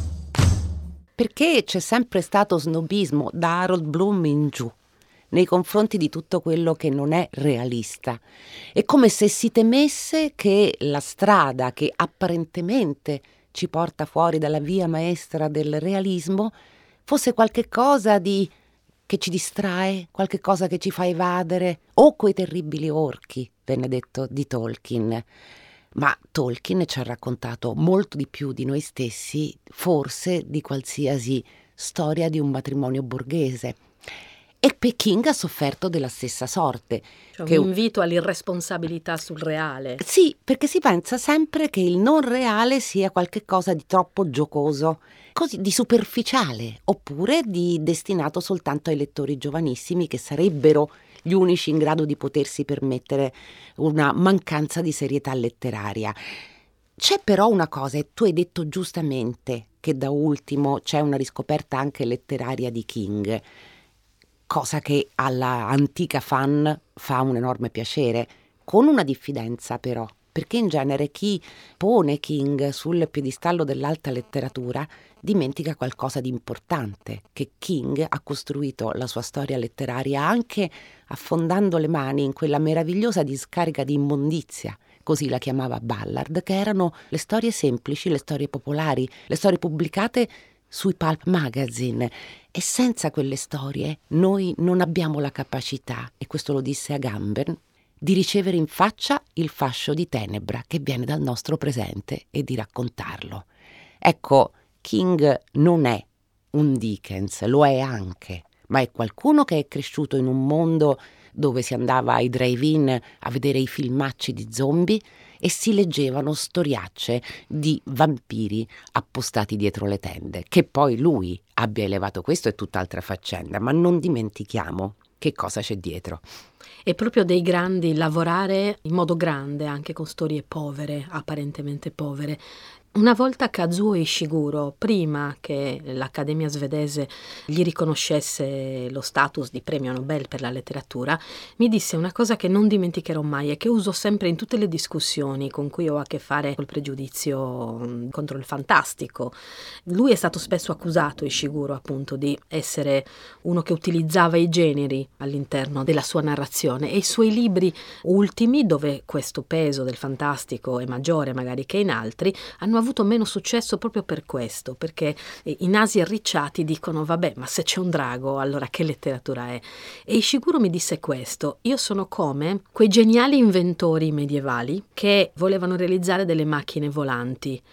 Perché c'è sempre stato snobismo da Harold Bloom in giù nei confronti di tutto quello che non è realista. È come se si temesse che la strada che apparentemente ci porta fuori dalla via maestra del realismo fosse qualche cosa che ci distrae, qualche cosa che ci fa evadere, o quei terribili orchi, venne detto di Tolkien. Ma Tolkien ci ha raccontato molto di più di noi stessi, forse di qualsiasi storia di un matrimonio borghese. E King ha sofferto della stessa sorte.
Cioè un invito all'irresponsabilità sul reale.
Sì, perché si pensa sempre che il non reale sia qualche cosa di troppo giocoso, così di superficiale, oppure di destinato soltanto ai lettori giovanissimi che sarebbero gli unici in grado di potersi permettere una mancanza di serietà letteraria. C'è però una cosa, e tu hai detto giustamente che da ultimo c'è una riscoperta anche letteraria di King, cosa che alla antica fan fa un enorme piacere, con una diffidenza però, perché in genere chi pone King sul piedistallo dell'alta letteratura dimentica qualcosa di importante, che King ha costruito la sua storia letteraria anche affondando le mani in quella meravigliosa discarica di immondizia, così la chiamava Ballard, che erano le storie semplici, le storie popolari, le storie pubblicate sui pulp magazine. E senza quelle storie noi non abbiamo la capacità, e questo lo disse Agamben, di ricevere in faccia il fascio di tenebra che viene dal nostro presente e di raccontarlo. Ecco, King non è un Dickens, lo è anche, ma è qualcuno che è cresciuto in un mondo dove si andava ai drive-in a vedere i filmacci di zombie e si leggevano storiacce di vampiri appostati dietro le tende. Che poi lui abbia elevato questo è tutt'altra faccenda, ma non dimentichiamo che cosa c'è dietro.
È proprio dei grandi lavorare in modo grande, anche con storie povere, apparentemente povere. Una volta Kazuo Ishiguro, prima che l'Accademia svedese gli riconoscesse lo status di premio Nobel per la letteratura, mi disse una cosa che non dimenticherò mai e che uso sempre in tutte le discussioni con cui ho a che fare col pregiudizio contro il fantastico. Lui è stato spesso accusato, Ishiguro, appunto, di essere uno che utilizzava i generi all'interno della sua narrazione, e i suoi libri ultimi, dove questo peso del fantastico è maggiore magari che in altri, hanno avuto meno successo proprio per questo, perché i nasi arricciati dicono vabbè, ma se c'è un drago allora che letteratura è? E Ishiguro mi disse questo: io sono come quei geniali inventori medievali che volevano realizzare delle macchine volanti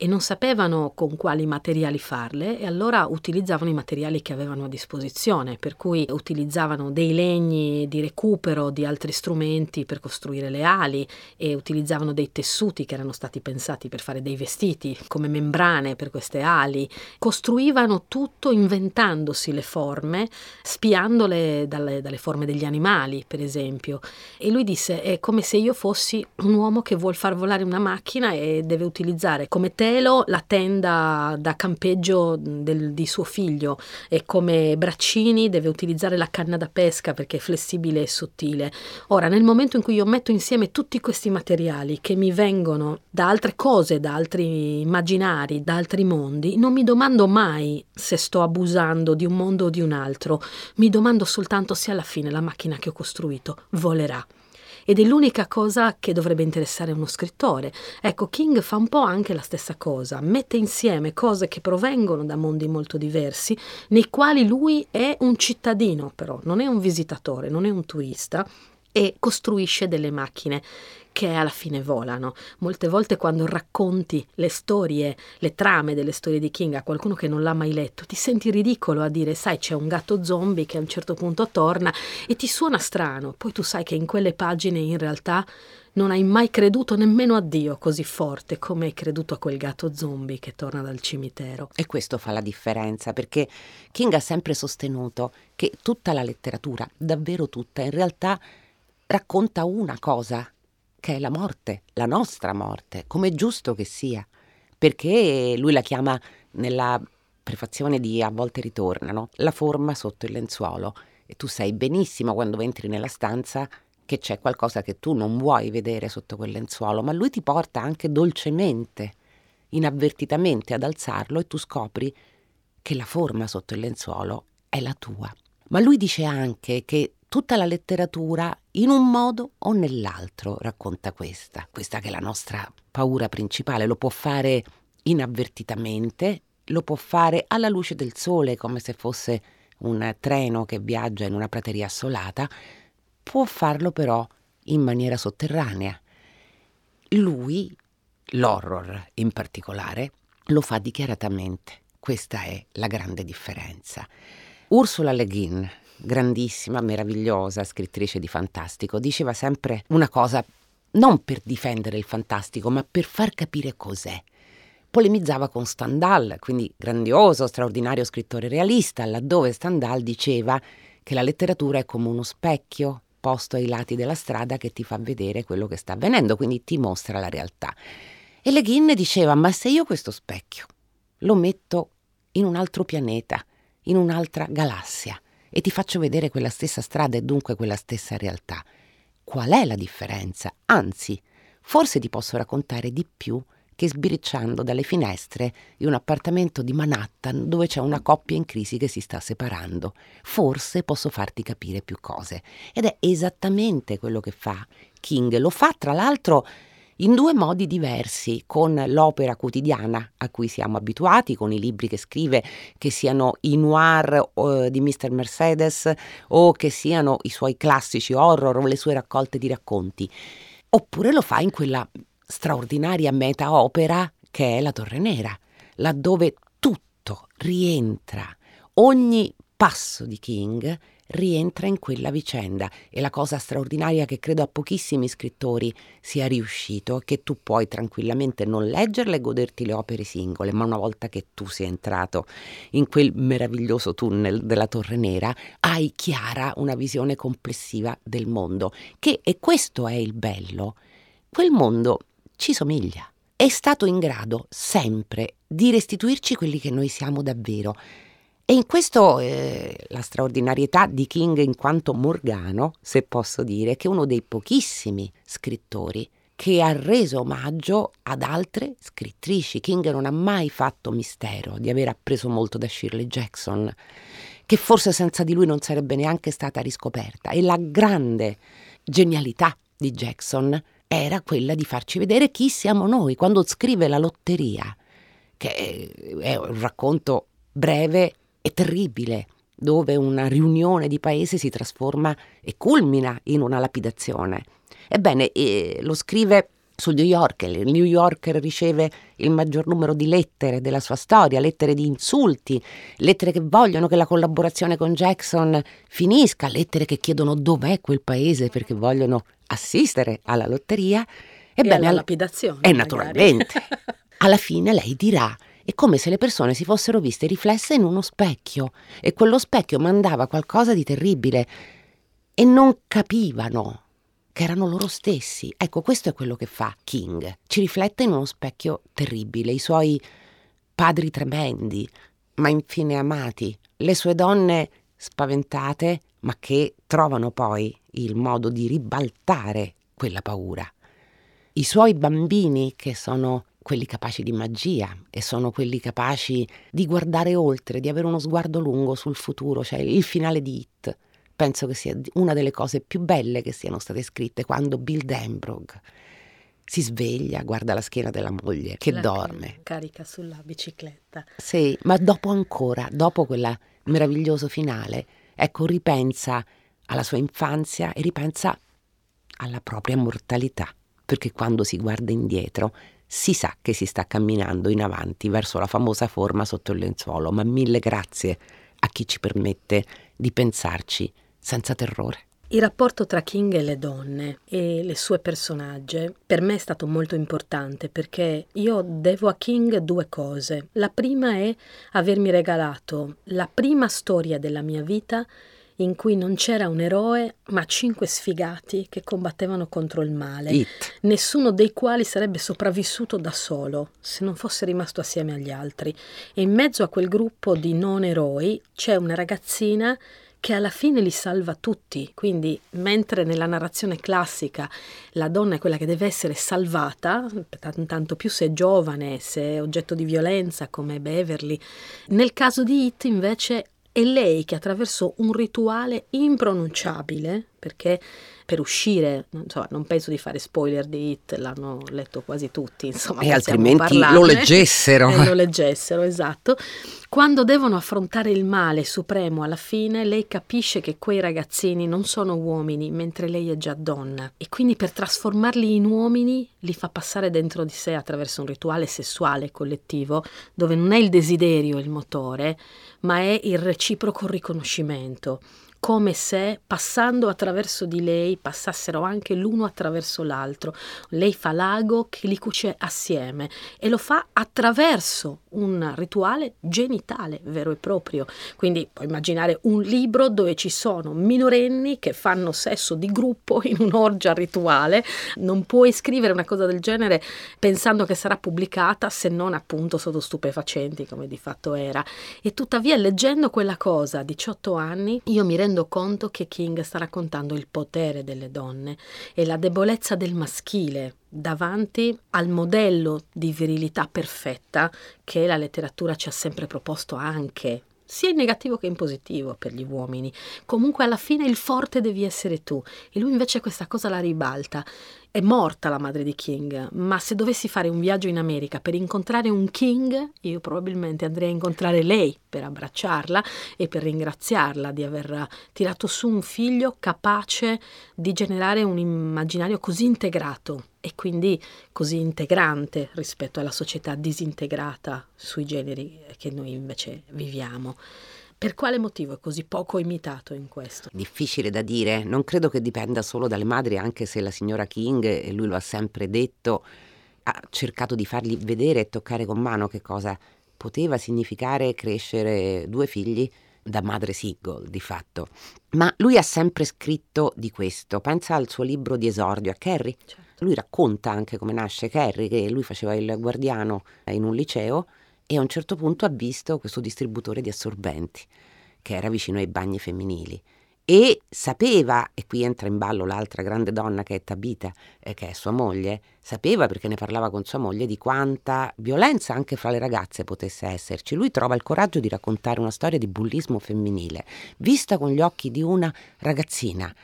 e non sapevano con quali materiali farle, e allora utilizzavano i materiali che avevano a disposizione, per cui utilizzavano dei legni di recupero di altri strumenti per costruire le ali, e utilizzavano dei tessuti che erano stati pensati per fare dei vestiti come membrane per queste ali. Costruivano tutto inventandosi le forme, spiandole dalle forme degli animali, per esempio. E lui disse: è come se io fossi un uomo che vuol far volare una macchina e deve utilizzare come telo la tenda da campeggio di suo figlio, e come braccini deve utilizzare la canna da pesca perché è flessibile e sottile. Ora, nel momento in cui io metto insieme tutti questi materiali che mi vengono da altre cose, da altri immaginari, da altri mondi, non mi domando mai se sto abusando di un mondo o di un altro, mi domando soltanto se alla fine la macchina che ho costruito volerà. Ed è l'unica cosa che dovrebbe interessare uno scrittore. Ecco, King fa un po' anche la stessa cosa, mette insieme cose che provengono da mondi molto diversi, nei quali lui è un cittadino, però non è un visitatore, non è un turista, e costruisce delle macchine che alla fine volano. Molte volte quando racconti le storie, le trame delle storie di King a qualcuno che non l'ha mai letto, ti senti ridicolo a dire: sai, c'è un gatto zombie che a un certo punto torna, e ti suona strano. Poi tu sai che in quelle pagine in realtà non hai mai creduto nemmeno a Dio così forte come hai creduto a quel gatto zombie che torna dal cimitero.
E questo fa la differenza, perché King ha sempre sostenuto che tutta la letteratura, davvero tutta, in realtà racconta una cosa, che è la morte, la nostra morte, come è giusto che sia, perché lui la chiama, nella prefazione di A volte ritornano, la forma sotto il lenzuolo, e tu sai benissimo quando entri nella stanza che c'è qualcosa che tu non vuoi vedere sotto quel lenzuolo, ma lui ti porta anche dolcemente, inavvertitamente ad alzarlo, e tu scopri che la forma sotto il lenzuolo è la tua. Ma lui dice anche che tutta la letteratura, in un modo o nell'altro, racconta questa che è la nostra paura principale. Lo può fare inavvertitamente, lo può fare alla luce del sole, come se fosse un treno che viaggia in una prateria assolata, può farlo però in maniera sotterranea. Lui, l'horror in particolare, lo fa dichiaratamente. Questa è la grande differenza. Ursula Le Guin, grandissima, meravigliosa scrittrice di fantastico, diceva sempre una cosa, non per difendere il fantastico, ma per far capire cos'è. Polemizzava con Stendhal, quindi grandioso, straordinario scrittore realista, laddove Stendhal diceva che la letteratura è come uno specchio posto ai lati della strada che ti fa vedere quello che sta avvenendo, quindi ti mostra la realtà. E Le Guin diceva: ma se io questo specchio lo metto in un altro pianeta, in un'altra galassia, e ti faccio vedere quella stessa strada e dunque quella stessa realtà, qual è la differenza? Anzi, forse ti posso raccontare di più che sbirciando dalle finestre di un appartamento di Manhattan dove c'è una coppia in crisi che si sta separando. Forse posso farti capire più cose. Ed è esattamente quello che fa King. Lo fa tra l'altro in due modi diversi, con l'opera quotidiana a cui siamo abituati, con i libri che scrive, che siano i noir di Mr. Mercedes o che siano i suoi classici horror o le sue raccolte di racconti. Oppure lo fa in quella straordinaria meta-opera che è La Torre Nera, laddove tutto rientra, ogni passo di King rientra in quella vicenda. E la cosa straordinaria che credo a pochissimi scrittori sia riuscito è che tu puoi tranquillamente non leggerle e goderti le opere singole, ma una volta che tu sei entrato in quel meraviglioso tunnel della Torre Nera hai chiara una visione complessiva del mondo, e questo è il bello, quel mondo ci somiglia, è stato in grado sempre di restituirci quelli che noi siamo davvero. E in questo la straordinarietà di King in quanto Morgano, se posso dire, che è uno dei pochissimi scrittori che ha reso omaggio ad altre scrittrici. King non ha mai fatto mistero di aver appreso molto da Shirley Jackson, che forse senza di lui non sarebbe neanche stata riscoperta. E la grande genialità di Jackson era quella di farci vedere chi siamo noi. Quando scrive La lotteria, che è un racconto breve e terribile, dove una riunione di paese si trasforma e culmina in una lapidazione. Ebbene, lo scrive sul New Yorker. Il New Yorker riceve il maggior numero di lettere della sua storia, lettere di insulti, lettere che vogliono che la collaborazione con Jackson finisca, lettere che chiedono dov'è quel paese perché vogliono assistere alla lotteria.
E alla lapidazione.
E naturalmente. Alla fine lei dirà: è come se le persone si fossero viste riflesse in uno specchio e quello specchio mandava qualcosa di terribile e non capivano che erano loro stessi. Ecco, questo è quello che fa King. Ci riflette in uno specchio terribile, i suoi padri tremendi, ma infine amati, le sue donne spaventate, ma che trovano poi il modo di ribaltare quella paura. I suoi bambini, che sono quelli capaci di magia e sono quelli capaci di guardare oltre, di avere uno sguardo lungo sul futuro, cioè il finale di It. Penso che sia una delle cose più belle che siano state scritte, quando Bill Denbrough si sveglia, guarda la schiena della moglie che dorme.
Carica sulla bicicletta.
Sì, ma dopo quel meraviglioso finale, ecco, ripensa alla sua infanzia e ripensa alla propria mortalità, perché quando si guarda indietro si sa che si sta camminando in avanti verso la famosa forma sotto il lenzuolo, ma mille grazie a chi ci permette di pensarci senza terrore.
Il rapporto tra King e le donne e le sue personaggi per me è stato molto importante, perché io devo a King due cose. La prima è avermi regalato la prima storia della mia vita in cui non c'era un eroe, ma 5 sfigati che combattevano contro il male,
It.
Nessuno dei quali sarebbe sopravvissuto da solo se non fosse rimasto assieme agli altri. E in mezzo a quel gruppo di non eroi c'è una ragazzina che alla fine li salva tutti. Quindi, mentre nella narrazione classica la donna è quella che deve essere salvata, tanto più se è giovane, se è oggetto di violenza come Beverly, nel caso di It invece è lei che attraverso un rituale impronunciabile, perché per uscire, non penso di fare spoiler di It, l'hanno letto quasi tutti, insomma,
e altrimenti lo leggessero.
Lo leggessero, esatto. Quando devono affrontare il male supremo alla fine, lei capisce che quei ragazzini non sono uomini, mentre lei è già donna. E quindi per trasformarli in uomini li fa passare dentro di sé attraverso un rituale sessuale collettivo, dove non è il desiderio il motore, ma è il reciproco riconoscimento. Come se passando attraverso di lei passassero anche l'uno attraverso l'altro. Lei fa l'ago che li cuce assieme e lo fa attraverso un rituale genitale vero e proprio. Quindi puoi immaginare un libro dove ci sono minorenni che fanno sesso di gruppo in un'orgia rituale. Non puoi scrivere una cosa del genere pensando che sarà pubblicata, se non appunto sotto stupefacenti, come di fatto era. E tuttavia, leggendo quella cosa a 18 anni, io mi rendo conto che King sta raccontando il potere delle donne e la debolezza del maschile davanti al modello di virilità perfetta che la letteratura ci ha sempre proposto, anche sia in negativo che in positivo per gli uomini. Comunque alla fine il forte devi essere tu, e lui invece questa cosa la ribalta. È morta la madre di King, ma se dovessi fare un viaggio in America per incontrare un King, io probabilmente andrei a incontrare lei per abbracciarla e per ringraziarla di aver tirato su un figlio capace di generare un immaginario così integrato e quindi così integrante rispetto alla società disintegrata sui generi che noi invece viviamo. Per quale motivo è così poco imitato in questo?
Difficile da dire, non credo che dipenda solo dalle madri, anche se la signora King, e lui lo ha sempre detto, ha cercato di fargli vedere e toccare con mano che cosa poteva significare crescere 2 figli da madre single, di fatto. Ma lui ha sempre scritto di questo. Pensa al suo libro di esordio, a Carrie.
Certo.
Lui racconta anche come nasce Carrie, che lui faceva il guardiano in un liceo e a un certo punto ha visto questo distributore di assorbenti che era vicino ai bagni femminili e sapeva, e qui entra in ballo l'altra grande donna che è Tabitha, che è sua moglie, sapeva, perché ne parlava con sua moglie, di quanta violenza anche fra le ragazze potesse esserci. Lui trova il coraggio di raccontare una storia di bullismo femminile vista con gli occhi di una ragazzina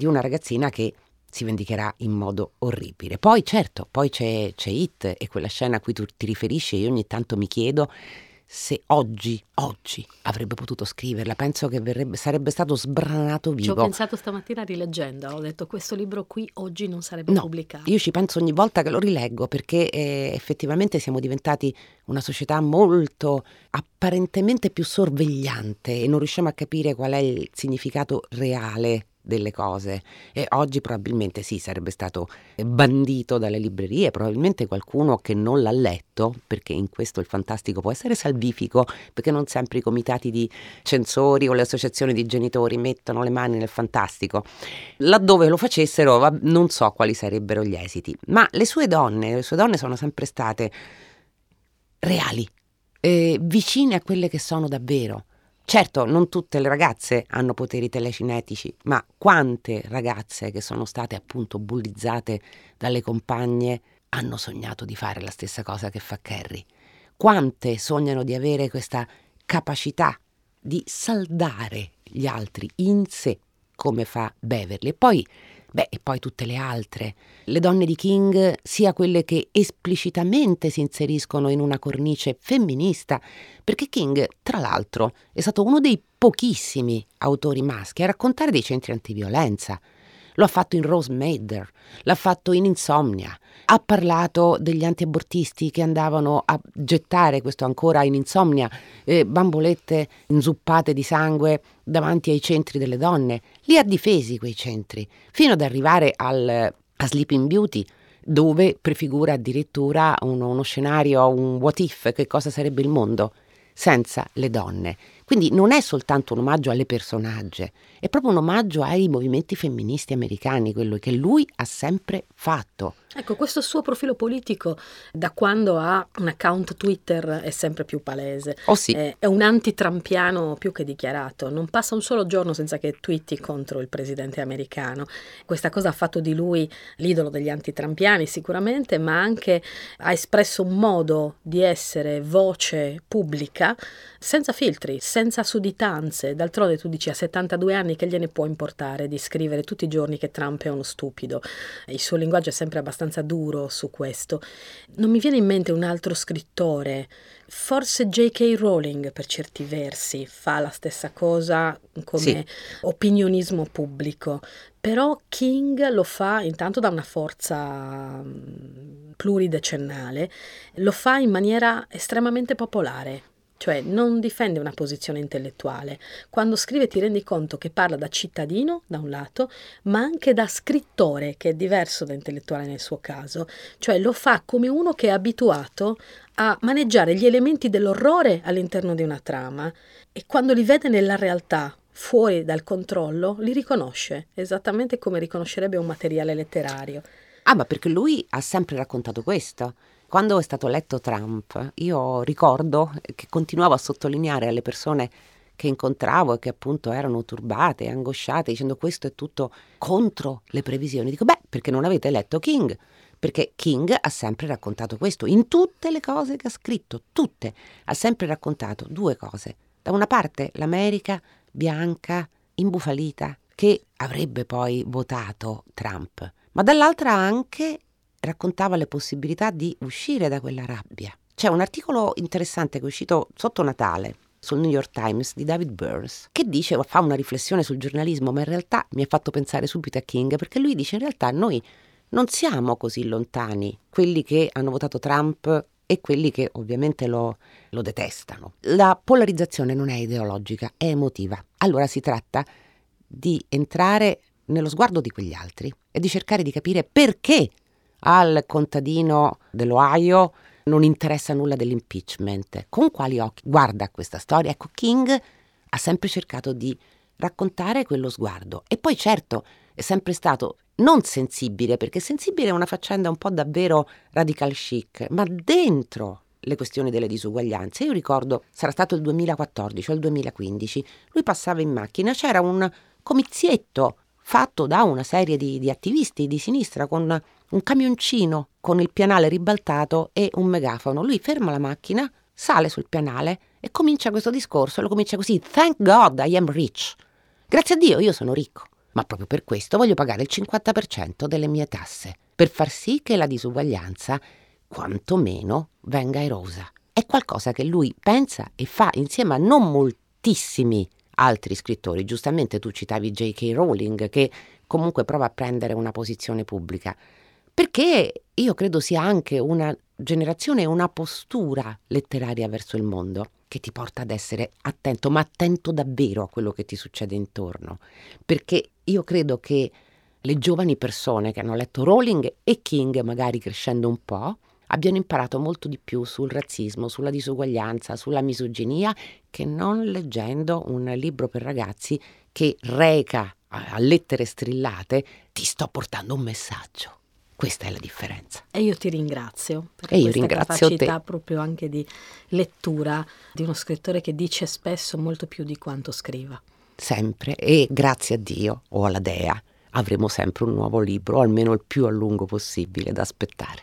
che si vendicherà in modo orribile. Poi certo, poi c'è It e quella scena a cui tu ti riferisci, e io ogni tanto mi chiedo se oggi avrebbe potuto scriverla, penso che sarebbe stato sbranato vivo.
Ci ho pensato stamattina rileggendo, ho detto questo libro qui oggi non sarebbe pubblicato.
Io ci penso ogni volta che lo rileggo, perché effettivamente siamo diventati una società molto apparentemente più sorvegliante e non riusciamo a capire qual è il significato reale delle cose, e oggi probabilmente sì, sarebbe stato bandito dalle librerie, probabilmente qualcuno che non l'ha letto, perché in questo il fantastico può essere salvifico, perché non sempre i comitati di censori o le associazioni di genitori mettono le mani nel fantastico. Laddove lo facessero non so quali sarebbero gli esiti, ma le sue donne sono sempre state reali, vicine a quelle che sono davvero. Certo, non tutte le ragazze hanno poteri telecinetici, ma quante ragazze che sono state appunto bullizzate dalle compagne hanno sognato di fare la stessa cosa che fa Carrie? Quante sognano di avere questa capacità di saldare gli altri in sé, come fa Beverly? E poi tutte le altre, le donne di King, sia quelle che esplicitamente si inseriscono in una cornice femminista, perché King, tra l'altro, è stato uno dei pochissimi autori maschi a raccontare dei centri antiviolenza. Lo ha fatto in Rose Madder, l'ha fatto in Insomnia, ha parlato degli antiabortisti che andavano a gettare, questo ancora in Insomnia, bambolette inzuppate di sangue davanti ai centri delle donne. Li ha difesi quei centri, fino ad arrivare a Sleeping Beauty, dove prefigura addirittura uno scenario, un what if, che cosa sarebbe il mondo senza le donne. Quindi non è soltanto un omaggio alle personaggi, è proprio un omaggio ai movimenti femministi americani, quello che lui ha sempre fatto.
Ecco, questo suo profilo politico, da quando ha un account Twitter, è sempre più palese.
Oh sì.
È un anti-trumpiano più che dichiarato. Non passa un solo giorno senza che twitti contro il presidente americano. Questa cosa ha fatto di lui l'idolo degli anti-trumpiani sicuramente, ma anche ha espresso un modo di essere voce pubblica senza filtri, senza sudditanze. D'altronde tu dici a 72 anni che gliene può importare di scrivere tutti i giorni che Trump è uno stupido. Il suo linguaggio è sempre abbastanza duro su questo. Non mi viene in mente un altro scrittore, forse J.K. Rowling per certi versi fa la stessa cosa come opinionismo pubblico, però King lo fa intanto da una forza pluridecennale, lo fa in maniera estremamente popolare. Cioè non difende una posizione intellettuale. Quando scrive ti rendi conto che parla da cittadino, da un lato, ma anche da scrittore, che è diverso da intellettuale nel suo caso. Cioè lo fa come uno che è abituato a maneggiare gli elementi dell'orrore all'interno di una trama e quando li vede nella realtà, fuori dal controllo, li riconosce, esattamente come riconoscerebbe un materiale letterario.
Ma perché lui ha sempre raccontato questo. Quando è stato eletto Trump, io ricordo che continuavo a sottolineare alle persone che incontravo e che appunto erano turbate, angosciate, dicendo questo è tutto contro le previsioni. Dico, perché non avete letto King? Perché King ha sempre raccontato questo, in tutte le cose che ha scritto, tutte, ha sempre raccontato due cose. Da una parte l'America bianca, imbufalita, che avrebbe poi votato Trump, ma dall'altra anche raccontava le possibilità di uscire da quella rabbia. C'è un articolo interessante che è uscito sotto Natale sul New York Times di David Burns che fa una riflessione sul giornalismo, ma in realtà mi ha fatto pensare subito a King, perché lui dice in realtà noi non siamo così lontani, quelli che hanno votato Trump e quelli che ovviamente lo detestano. La polarizzazione non è ideologica, è emotiva. Allora si tratta di entrare nello sguardo di quegli altri e di cercare di capire perché al contadino dell'Ohio non interessa nulla dell'impeachment, con quali occhi guarda questa storia. Ecco, King ha sempre cercato di raccontare quello sguardo e poi certo è sempre stato non sensibile, perché sensibile è una faccenda un po' davvero radical chic, ma dentro le questioni delle disuguaglianze. Io ricordo, sarà stato il 2014 o il 2015, lui passava in macchina, c'era un comizietto fatto da una serie di attivisti di sinistra con un camioncino con il pianale ribaltato e un megafono. Lui ferma la macchina, sale sul pianale e comincia questo discorso, lo comincia così: Thank God I am rich. Grazie a Dio io sono ricco, ma proprio per questo voglio pagare il 50% delle mie tasse, per far sì che la disuguaglianza quantomeno venga erosa. è qualcosa che lui pensa e fa insieme a non moltissimi altri scrittori. Giustamente tu citavi J.K. Rowling, che comunque prova a prendere una posizione pubblica, perché io credo sia anche una generazione e una postura letteraria verso il mondo che ti porta ad essere attento, ma attento davvero a quello che ti succede intorno, perché io credo che le giovani persone che hanno letto Rowling e King, magari crescendo un po', abbiano imparato molto di più sul razzismo, sulla disuguaglianza, sulla misoginia, che non leggendo un libro per ragazzi che reca a lettere strillate ti sto portando un messaggio. Questa è la differenza.
E io ti ringrazio per
io
questa
ringrazio
capacità
te.
proprio anche di lettura di uno scrittore che dice spesso molto più di quanto scriva.
Sempre, e grazie a Dio o alla Dea avremo sempre un nuovo libro, o almeno il più a lungo possibile, da aspettare.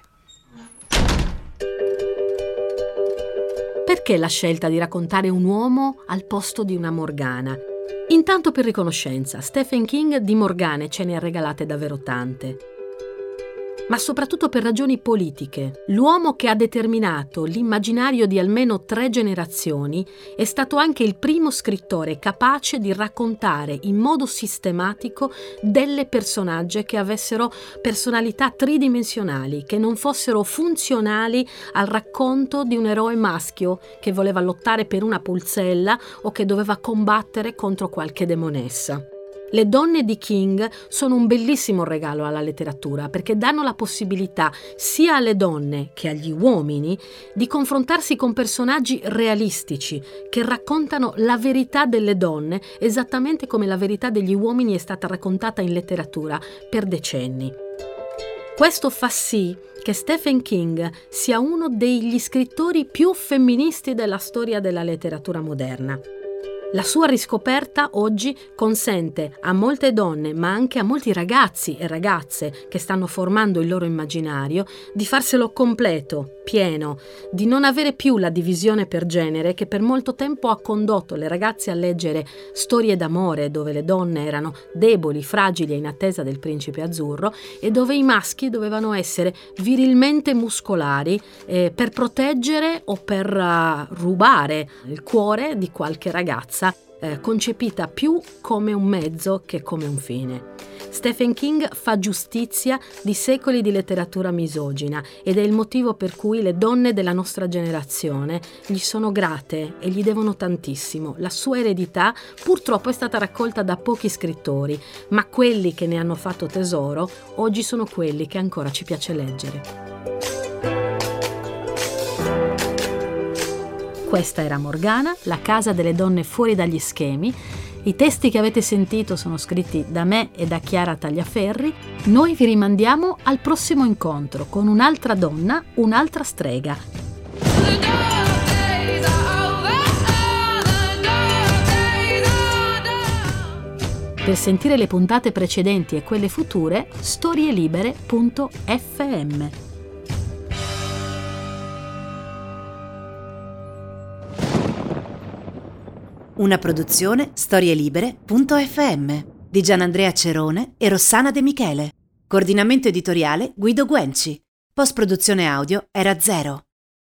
Perché la scelta di raccontare un uomo al posto di una Morgana? Intanto per riconoscenza, Stephen King di Morgane ce ne ha regalate davvero tante. Ma soprattutto per ragioni politiche. L'uomo che ha determinato l'immaginario di almeno 3 generazioni è stato anche il primo scrittore capace di raccontare in modo sistematico delle personaggi che avessero personalità tridimensionali, che non fossero funzionali al racconto di un eroe maschio che voleva lottare per una pulzella o che doveva combattere contro qualche demonessa. Le donne di King sono un bellissimo regalo alla letteratura perché danno la possibilità sia alle donne che agli uomini di confrontarsi con personaggi realistici che raccontano la verità delle donne esattamente come la verità degli uomini è stata raccontata in letteratura per decenni. Questo fa sì che Stephen King sia uno degli scrittori più femministi della storia della letteratura moderna. La sua riscoperta oggi consente a molte donne, ma anche a molti ragazzi e ragazze che stanno formando il loro immaginario, di farselo completo, pieno, di non avere più la divisione per genere che per molto tempo ha condotto le ragazze a leggere storie d'amore dove le donne erano deboli, fragili e in attesa del principe azzurro e dove i maschi dovevano essere virilmente muscolari per proteggere o per rubare il cuore di qualche ragazza concepita più come un mezzo che come un fine. Stephen King fa giustizia di secoli di letteratura misogina ed è il motivo per cui le donne della nostra generazione gli sono grate e gli devono tantissimo. La sua eredità purtroppo è stata raccolta da pochi scrittori, ma quelli che ne hanno fatto tesoro oggi sono quelli che ancora ci piace leggere. Questa era Morgana, la casa delle donne fuori dagli schemi. I testi che avete sentito sono scritti da me e da Chiara Tagliaferri. Noi vi rimandiamo al prossimo incontro con un'altra donna, un'altra strega. Per sentire le puntate precedenti e quelle future, storielibere.fm.
Una produzione storielibere.fm di Gianandrea Cerone e Rossana De Michele. Coordinamento editoriale Guido Guenci. Post-produzione audio era 0.